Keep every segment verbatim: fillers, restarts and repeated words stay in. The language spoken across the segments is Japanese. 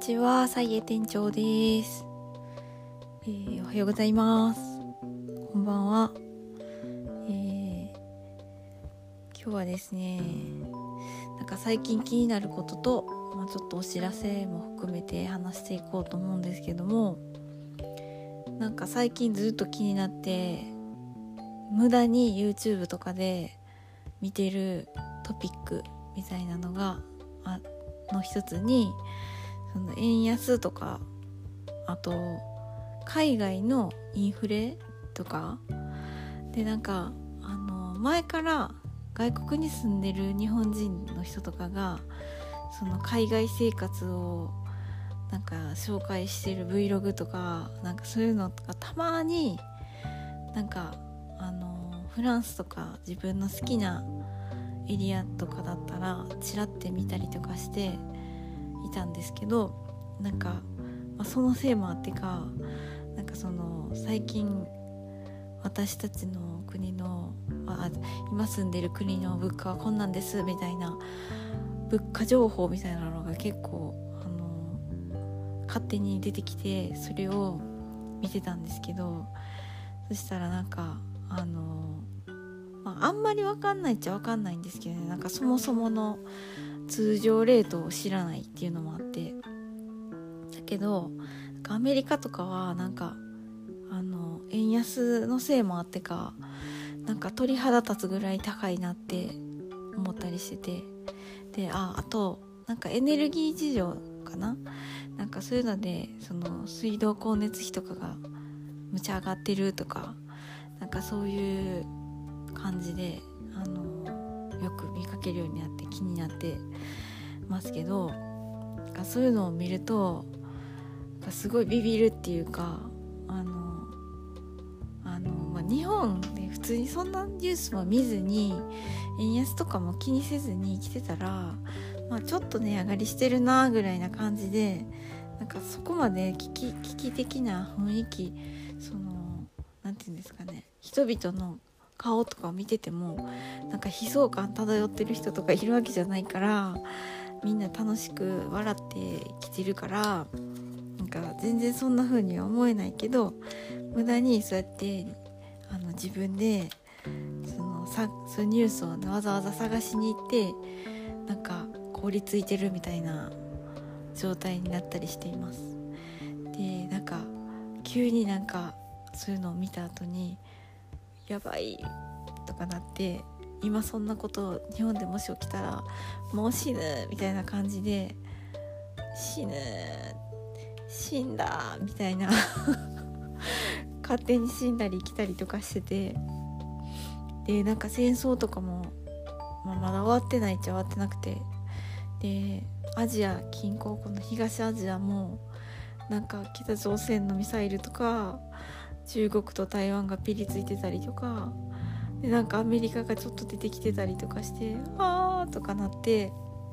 ちは、さいえ店長です、えー、おはようございます。こんばんは、えー、今日はですね、なんか最近気になることと、まあ、ちょっとお知らせも含めて話していこうと思うんですけども、なんか最近ずっと気になって無駄に YouTube とかで見てるトピックみたいなのがあの一つに、その円安とか、あと海外のインフレとかで、なんかあの前から外国に住んでる日本人の人とかがその海外生活をなんか紹介してる Vlog とか、なんかそういうのとかたまになんかあのフランスとか自分の好きなエリアとかだったらチラって見たりとかしていたんですけど、なんか、まあ、そのせいもあってか、なんかその最近私たちの国のあ今住んでる国の物価はこんなんですみたいな物価情報みたいなのが結構あの勝手に出てきて、それを見てたんですけど、そしたらなんかあの、まあ、あんまり分かんないっちゃ分かんないんですけどね、なんかそもそもの通常レートを知らないっていうのもあって、だけどなんかアメリカとかはなんかあの円安のせいもあってか、なんか鳥肌立つぐらい高いなって思ったりしてて、でああとなんかエネルギー事情かな、なんかそういうのでその水道光熱費とかがむちゃ上がってるとか、なんかそういう感じであのよく見かけるようになって気になってますけど、そういうのを見るとすごいビビるっていうか、あのあの、まあ、日本で普通にそんなニュースも見ずに円安とかも気にせずに生きてたら、まあ、ちょっと値上がりしてるなぐらいな感じで、なんかそこまで危機、危機的な雰囲気、そのなんていうんですかね、人々の顔とかを見ててもなんか悲壮感漂ってる人とかいるわけじゃないから、みんな楽しく笑って生きてるから、なんか全然そんな風には思えないけど、無駄にそうやってあの自分でそのさそういうニュースを、ね、わざわざ探しに行ってなんか凍りついてるみたいな状態になったりしています。でなんか急になんかそういうのを見た後にやばいとかなって、今そんなこと日本でもし起きたらもう死ぬみたいな感じで、死ぬ死んだみたいな勝手に死んだり生きたりとかしてて、でなんか戦争とかも、まあ、まだ終わってないっちゃ終わってなくて、でアジア近郊、この東アジアもなんか北朝鮮のミサイルとか中国と台湾がピリついてたりとかで、なんかアメリカがちょっと出てきてたりとかして、あーとかなって、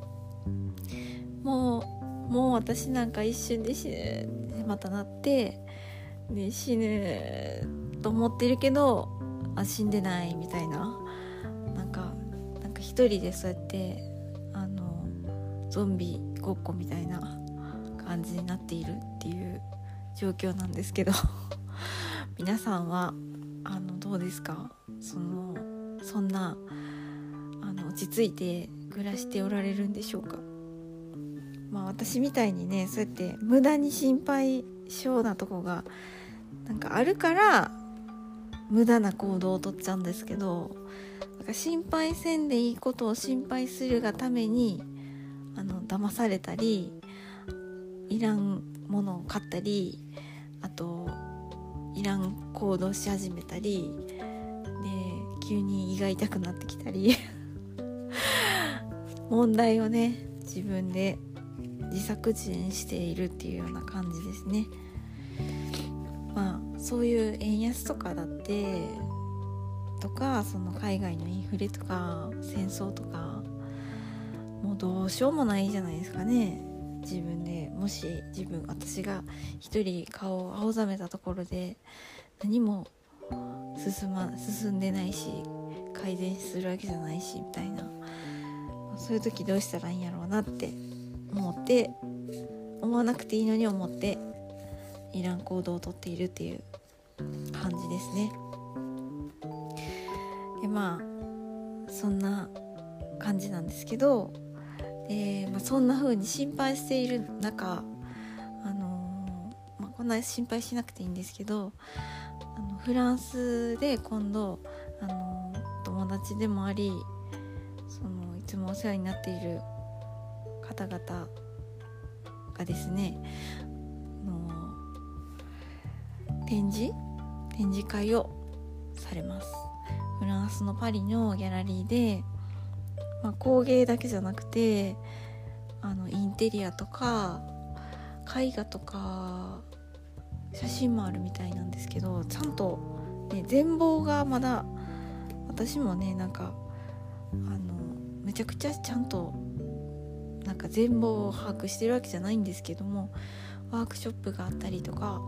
もうもう私なんか一瞬で死ぬってまたなって、で死ぬと思ってるけどあ死んでないみたいな、なんかなんか一人でそうやってあのゾンビごっこみたいな感じになっているっていう状況なんですけど皆さんはあのどうですか？そのそんなあの落ち着いて暮らしておられるんでしょうか？まあ私みたいにね、そうやって無駄に心配性なとこがなんかあるから無駄な行動をとっちゃうんですけど、なんか心配せんでいいことを心配するがためにあの騙されたり、いらんものを買ったり、あといらん行動し始めたりで、急に胃が痛くなってきたり問題をね自分で自作自演しているっていうような感じですね。まあそういう円安とかだってとか、その海外のインフレとか戦争とかもうどうしようもないじゃないですかね。自分でもし自分私が一人顔を青ざめたところで何も進ま進んでないし改善するわけじゃないしみたいな、そういう時どうしたらいいんやろうなって思って思わなくていいのに思っていらん行動をとっているっていう感じですね。でまあそんな感じなんですけど、で、まあ、そんな風に心配している中、あのーまあ、こんな心配しなくていいんですけど、あのフランスで今度、あのー、友達でもあり、そのいつもお世話になっている方々がですね、あのー、展示展示会をされます。フランスのパリのギャラリーで、まあ、工芸だけじゃなくて、あのインテリアとか絵画とか写真もあるみたいなんですけど、ちゃんと、ね、全貌がまだ私もねなんかあのめちゃくちゃちゃんとなんか全貌を把握してるわけじゃないんですけども、ワークショップがあったりとか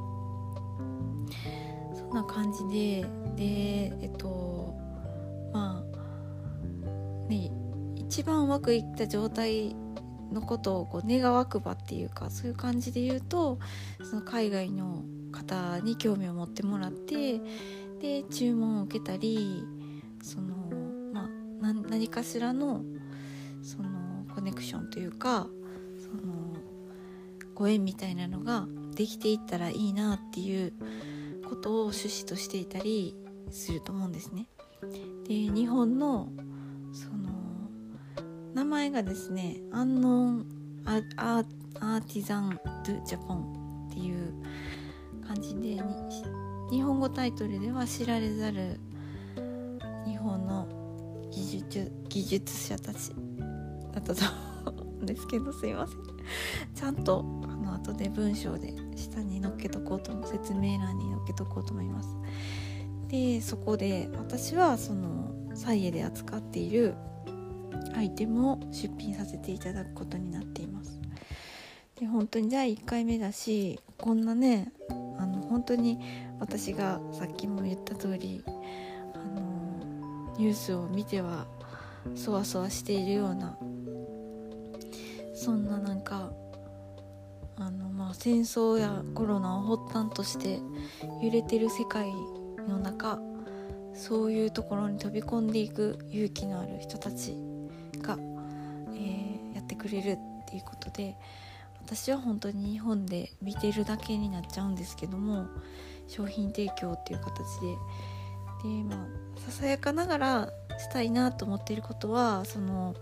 そんな感じで、でえっとまあね一番うまくいった状態のことをこう願わくばっていうか、そういう感じで言うと、その海外の方に興味を持ってもらって、で注文を受けたり、その、まあ、何, 何かしらのそのコネクションというか、そのご縁みたいなのができていったらいいなっていうことを趣旨としていたりすると思うんですね。で日本のその名前がですね、アンノンアーアーティザン・ドゥ・ジャポンっていう感じで、日本語タイトルでは知られざる日本の技術、技術者たちだったと思うんですけど、すいません、ちゃんとあの後で文章で下に載っけとこうと、説明欄に載っけとこうと思います。でそこで私はそのサイエで扱っているアイテムを出品させていただくことになっています。で本当にだいいっかいめだし、こんなねあの本当に私がさっきも言った通り、あのニュースを見てはそわそわしているような、そんななんかあの、まあ、戦争やコロナを発端として揺れてる世界の中、そういうところに飛び込んでいく勇気のある人たちが、えー、やってくれるっていうことで、私は本当に日本で見てるだけになっちゃうんですけども、商品提供っていう形で、でまあささやかながらしたいなと思っていることは、その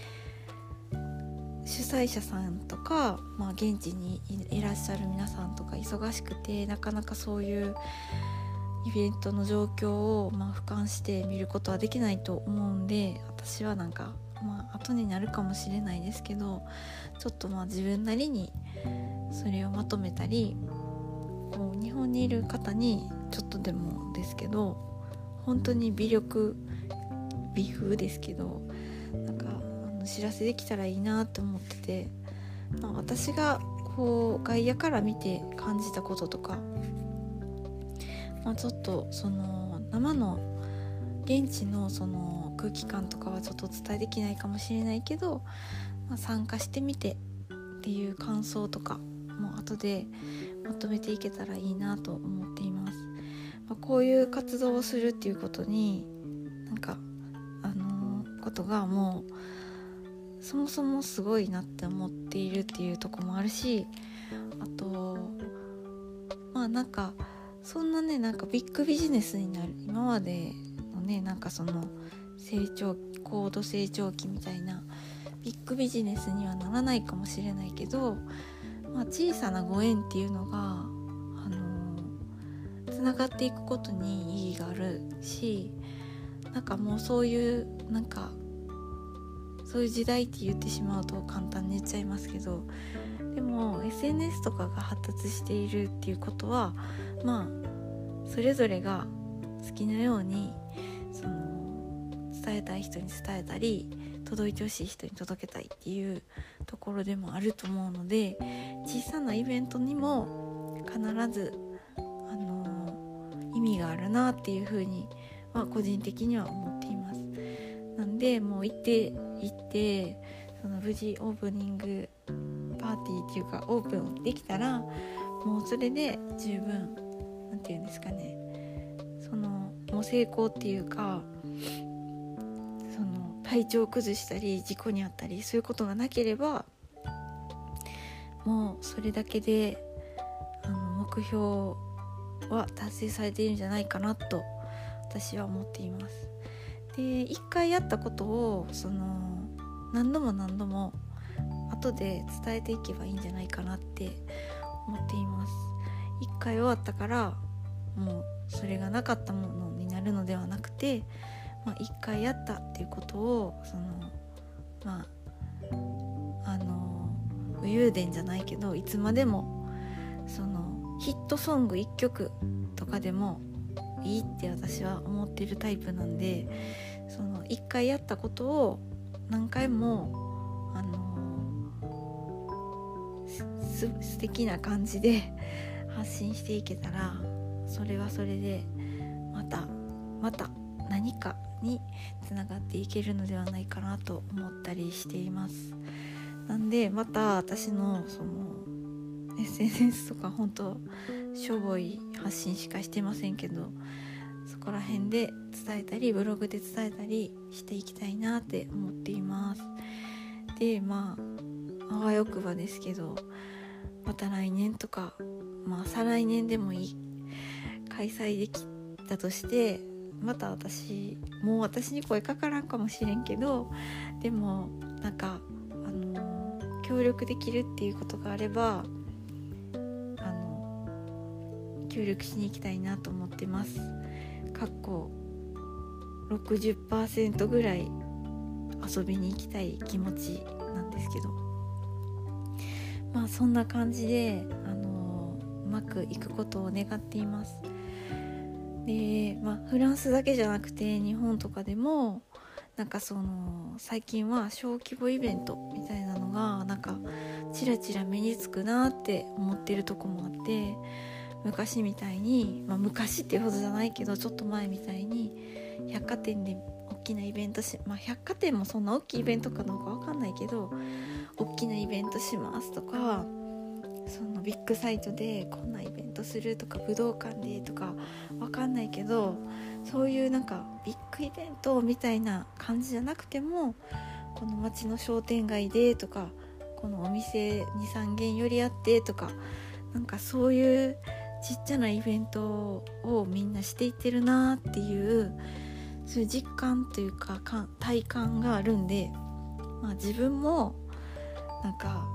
主催者さんとか、まあ、現地にいらっしゃる皆さんとか忙しくてなかなかそういうイベントの状況を、まあ、俯瞰して見ることはできないと思うんで、私はなんか、まあ、後になるかもしれないですけど、ちょっとまあ自分なりにそれをまとめたり、こう日本にいる方にちょっとでもですけど、本当に微力微風ですけど、なんかあの知らせできたらいいなと思ってて、まあ、私がこう外野から見て感じたこととか、まあ、ちょっとその生の現地のその空気感とかはちょっとお伝えできないかもしれないけど、まあ、参加してみてっていう感想とかも後でまとめていけたらいいなと思っています。まあ、こういう活動をするっていうことになんかあのー、ことがもうそもそもすごいなって思っているっていうところもあるし、あとまあなんかそんなねなんかビッグビジネスになる今までのねなんかその成長高度成長期みたいなビッグビジネスにはならないかもしれないけど、まあ、小さなご縁っていうのが、あのー、つながっていくことに意義があるし、なんかもうそういうなんかそういう時代って言ってしまうと簡単に言っちゃいますけど、でも エスエヌエス とかが発達しているっていうことは、まあそれぞれが好きなようにその伝えたい人に伝えたり届いてほしい人に届けたいっていうところでもあると思うので、小さなイベントにも必ず、あのー、意味があるなっていうふうには個人的には思っています。なんでもう行って行ってその無事オープニングパーティっていうかオープンできたらもうそれで十分なんていうんですかね、そのもう成功っていうか、その体調を崩したり事故に遭ったりそういうことがなければもうそれだけであの目標は達成されているんじゃないかなと私は思っています。で、一回やったことをその何度も何度も後で伝えていけばいいんじゃないかなって思っています。一回終わったからもうそれがなかったものになるのではなくて、まあ、一回やったっていうことをそのまああの武勇伝じゃないけどいつまでもそのヒットソングいっきょくとかでもいいって私は思ってるタイプなんで、その一回やったことを何回もあのす素敵な感じで発信していけたらそれはそれでまたまた何かにつながっていけるのではないかなと思ったりしています。なんでまた私のその エスエヌエス とか本当しょぼい発信しかしてませんけど、そこら辺で伝えたりブログで伝えたりしていきたいなって思っています。で、まああわよくばですけどまた来年とか、まあ再来年でもいい開催できたとして、また私もう私に声かからんかもしれんけど、でもなんかあの協力できるっていうことがあればあの協力しに行きたいなと思ってます。かっこ ろくじゅっパーセント ぐらい遊びに行きたい気持ちなんですけど、まあそんな感じであのうまくいくことを願っています。で、まあフランスだけじゃなくて日本とかでもなんかその最近は小規模イベントみたいなのがなんかチラチラ目につくなって思ってるとこもあって、昔みたいに、まあ、昔っていうほどじゃないけどちょっと前みたいに百貨店で大きなイベントし、まあ、百貨店もそんな大きいイベントかどうかわかんないけど大きなイベントしますとか、そのビッグサイトでこんなイベントするとか武道館でとかわかんないけど、そういうなんかビッグイベントみたいな感じじゃなくてもこの街の商店街でとかこのお店 にさん 軒寄りあってとか、なんかそういうちっちゃなイベントをみんなしていってるなっていうそういう実感というか体感があるんで、まあ、自分もなんか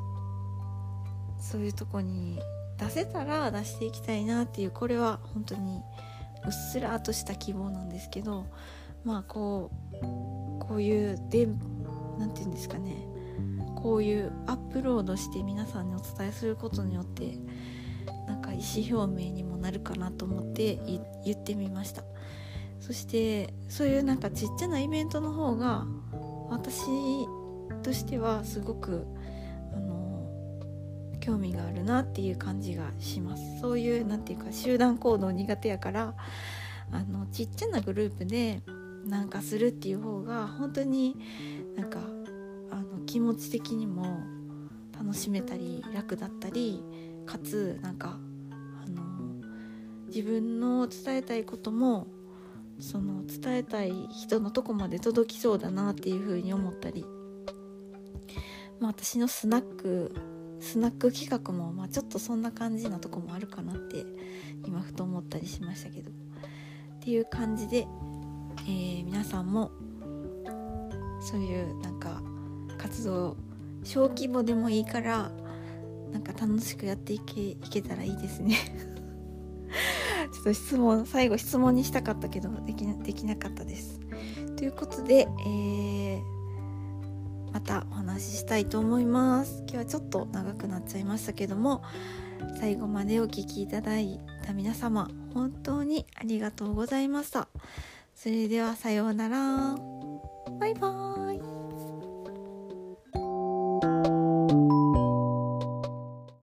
そういうとこに出せたら出していきたいなっていう、これは本当にうっすらとした希望なんですけど、まあこうこういうでなんていうんですかね、こういうアップロードして皆さんにお伝えすることによってなんか意思表明にもなるかなと思って言ってみました。そしてそういうなんかちっちゃなイベントの方が私としてはすごくあの興味があるなっていう感じがします。そういうなんていうか集団行動苦手やからあのちっちゃなグループでなんかするっていう方が本当になんかあの気持ち的にも楽しめたり楽だったり、かつなんかあの自分の伝えたいこともその伝えたい人のとこまで届きそうだなっていう風に思ったり、まあ、私のスナックスナック企画もまあちょっとそんな感じなとこもあるかなって今ふと思ったりしましたけど、っていう感じで、えー、皆さんもそういうなんか活動小規模でもいいからなんか楽しくやっていけ、いけたらいいですねちょっと質問最後質問にしたかったけどできな、できなかったです。ということで、えー、またお話ししたいと思います。今日はちょっと長くなっちゃいましたけども、最後までお聞きいただいた皆様本当にありがとうございました。それではさようなら、バイバーイ。